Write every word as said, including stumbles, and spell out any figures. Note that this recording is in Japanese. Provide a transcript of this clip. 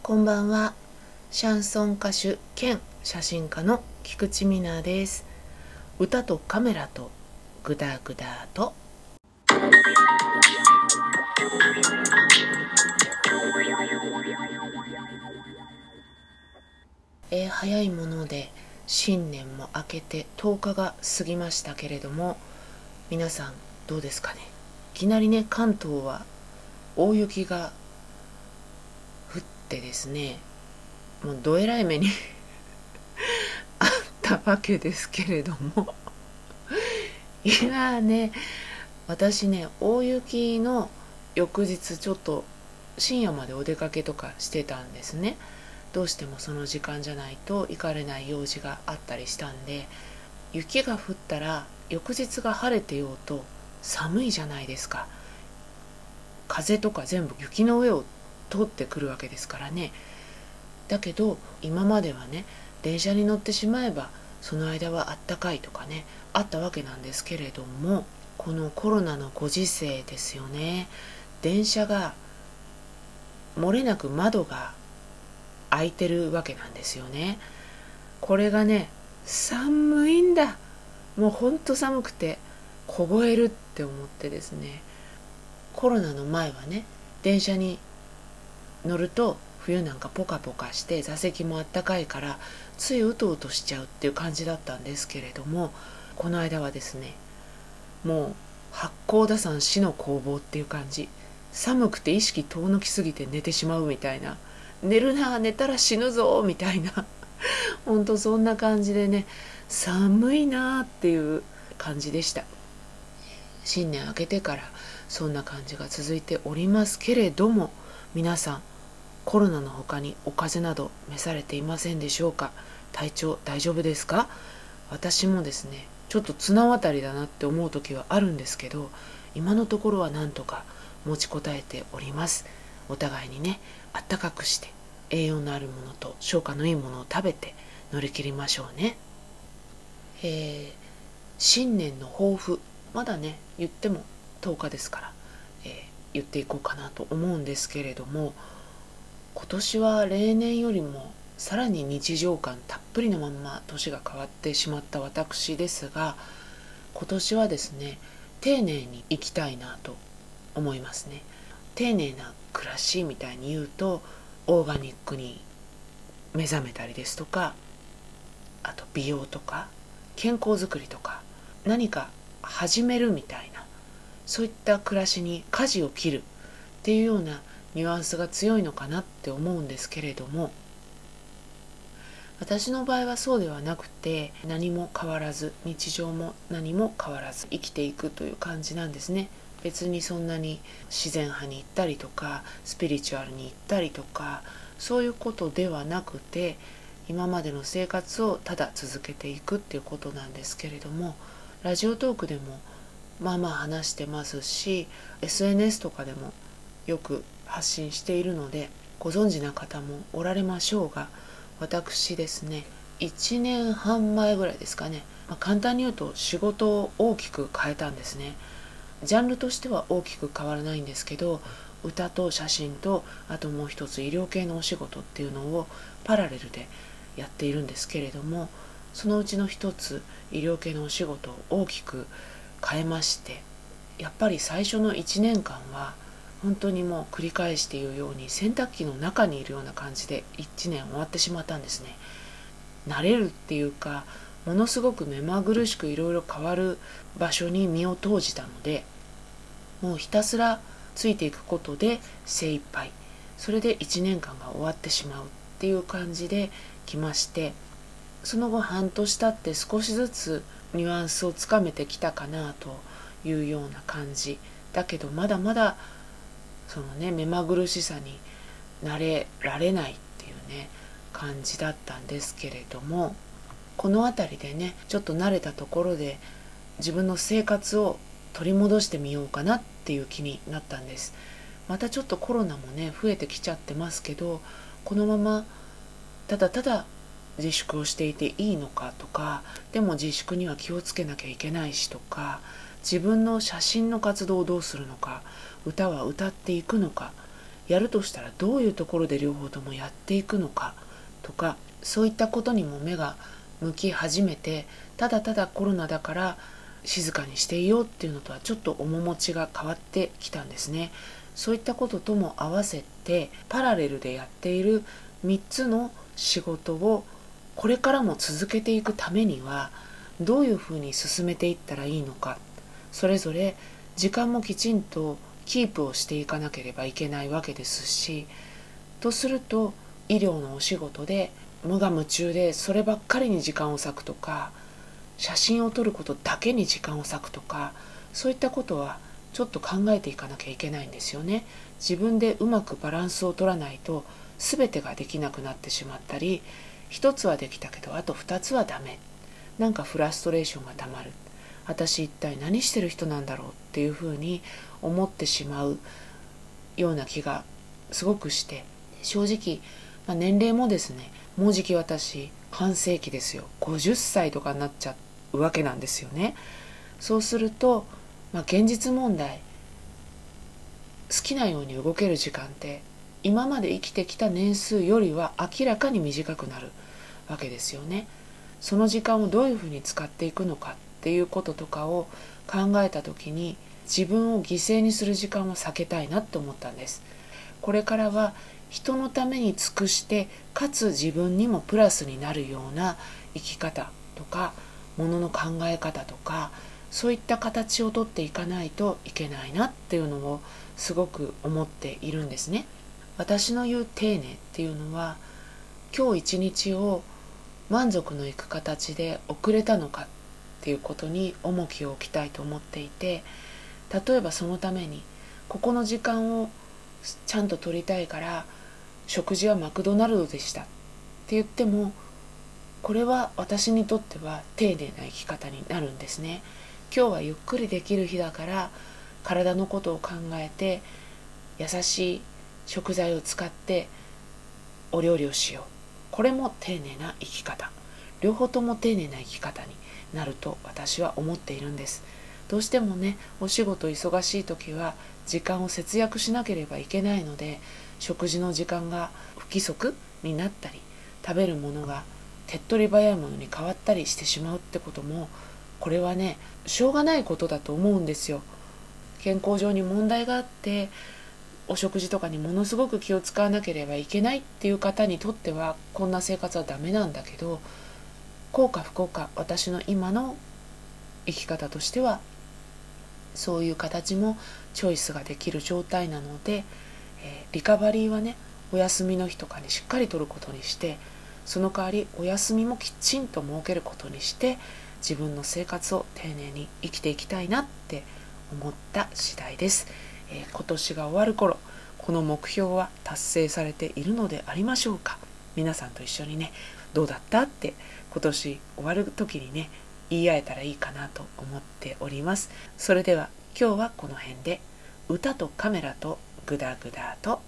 こんばんは。シャンソン歌手兼写真家の菊池美奈です。歌とカメラとグダグダと。えー、早いもので新年も明けてとおかが過ぎましたけれども、皆さんどうですかね。いきなりね、関東は大雪が降ってですね、もうどえらい目にあったわけですけれども今ね、私ね、大雪の翌日ちょっと深夜までお出かけとかしてたんですね。どうしてもその時間じゃないと行かれない用事があったりしたんで、雪が降ったら翌日が晴れてようと寒いじゃないですか。風とか全部雪の上を通ってくるわけですからね。だけど今まではね、電車に乗ってしまえばその間はあったかいとかね、あったわけなんですけれども、このコロナのご時世ですよね。電車が漏れなく窓が開いてるわけなんですよね。これがね、寒いんだ。もうほんと寒くて凍えるって思ってですね。コロナの前はね、電車に乗ると冬なんかポカポカして座席もあったかいからついうとうとしちゃうっていう感じだったんですけれども、この間はですね、もう八甲田山死の攻防っていう感じ。寒くて意識遠のきすぎて寝てしまうみたいな、寝るな寝たら死ぬぞみたいなほんとそんな感じでね、寒いなっていう感じでした。新年明けてからそんな感じが続いておりますけれども、皆さんコロナの他にお風邪など召されていませんでしょうか。体調大丈夫ですか。私もですね、ちょっと綱渡りだなって思う時はあるんですけど、今のところはなんとか持ちこたえております。お互いにね、あったかくして栄養のあるものと消化のいいものを食べて乗り切りましょうね。えー、新年の抱負、まだね言ってもとおかですから、えー、言っていこうかなと思うんですけれども、今年は例年よりもさらに日常感たっぷりのまんま年が変わってしまった私ですが、今年はですね、丁寧に生きたいなと思いますね。丁寧な暮らしみたいに言うと、オーガニックに目覚めたりですとか、あと美容とか健康づくりとか、何か始めるみたいな、そういった暮らしに舵を切るっていうようなニュアンスが強いのかなって思うんですけれども、私の場合はそうではなくて、何も変わらず、日常も何も変わらず生きていくという感じなんですね。別にそんなに自然派に行ったりとかスピリチュアルに行ったりとか、そういうことではなくて、今までの生活をただ続けていくっていうことなんですけれども、ラジオトークでもまあまあ話してますし、 エスエヌエス とかでもよく発信しているのでご存知な方もおられましょうが、私ですね、いちねんはん前ぐらいですかね、まあ、簡単に言うと仕事を大きく変えたんですね。ジャンルとしては大きく変わらないんですけど、歌と写真と、あともう一つ医療系のお仕事っていうのをパラレルでやっているんですけれども、そのうちの一つ、医療系のお仕事を大きく変えまして、やっぱり最初のいちねんかんは本当にもう繰り返して言うように洗濯機の中にいるような感じでいちねん終わってしまったんですね。慣れるっていうか、ものすごく目まぐるしくいろいろ変わる場所に身を投じたので、もうひたすらついていくことで精一杯、それでいちねんかんが終わってしまうっていう感じで来まして、その後半年経って少しずつニュアンスをつかめてきたかなというような感じだけど、まだまだそのね、目まぐるしさに慣れられないっていうね感じだったんですけれども、この辺りでね、ちょっと慣れたところで自分の生活を取り戻してみようかなっていう気になったんです。またちょっとコロナもね増えてきちゃってますけど、このままただただ自粛をしていていいのかとか、でも自粛には気をつけなきゃいけないしとか、自分の写真の活動をどうするのか、歌は歌っていくのか、 やるとしたらどういうところで両方ともやっていくのかとか、そういったことにも目が向き始めて、ただただコロナだから静かにしていようっていうのとはちょっと面持ちが変わってきたんですね。そういったこととも合わせてパラレルでやっているみっつの仕事をこれからも続けていくためにはどういうふうに進めていったらいいのか、それぞれ時間もきちんとキープをしていかなければいけないわけですし、とすると医療のお仕事で無我夢中でそればっかりに時間を割くとか、写真を撮ることだけに時間を割くとか、そういったことはちょっと考えていかなきゃいけないんですよね。自分でうまくバランスを取らないと全てができなくなってしまったり、一つはできたけどあと二つはダメ、なんかフラストレーションがたまる、私一体何してる人なんだろうっていうふうに思ってしまうような気がすごくして、正直、まあ、年齢もですね、もうじき私半世紀ですよ、ごじゅっさいとかになっちゃうわけなんですよね。そうすると、まあ、現実問題、好きなように動ける時間って今まで生きてきた年数よりは明らかに短くなるわけですよね。その時間をどういうふうに使っていくのかっていうこととかを考えた時に、自分を犠牲にする時間を避けたいなって思ったんです。これからは人のために尽くして、かつ自分にもプラスになるような生き方とか、ものの考え方とか、そういった形をとっていかないといけないなっていうのをすごく思っているんですね。私の言う丁寧っていうのは、今日一日を満足のいく形で送れたのかっていうことに重きを置きたいと思っていて、例えばそのためにここの時間をちゃんと取りたいから食事はマクドナルドでしたって言っても、これは私にとっては丁寧な生き方になるんですね。今日はゆっくりできる日だから体のことを考えて優しい食材を使ってお料理をしよう、これも丁寧な生き方、両方とも丁寧な生き方になると私は思っているんです。どうしてもね、お仕事忙しい時は時間を節約しなければいけないので、食事の時間が不規則になったり、食べるものが手っ取り早いものに変わったりしてしまうってことも、これはね、しょうがないことだと思うんですよ。健康上に問題があってお食事とかにものすごく気を使わなければいけないっていう方にとってはこんな生活はダメなんだけど、幸か不幸か、私の今の生き方としてはそういう形もチョイスができる状態なので、えー、リカバリーはね、お休みの日とかにしっかりとることにして、その代わりお休みもきちんと設けることにして、自分の生活を丁寧に生きていきたいなって思った次第です。えー、今年が終わる頃、この目標は達成されているのでありましょうか。皆さんと一緒にね、どうだったって今年終わる時にね、言い合えたらいいかなと思っております。それでは今日はこの辺で、歌とカメラとグダグダと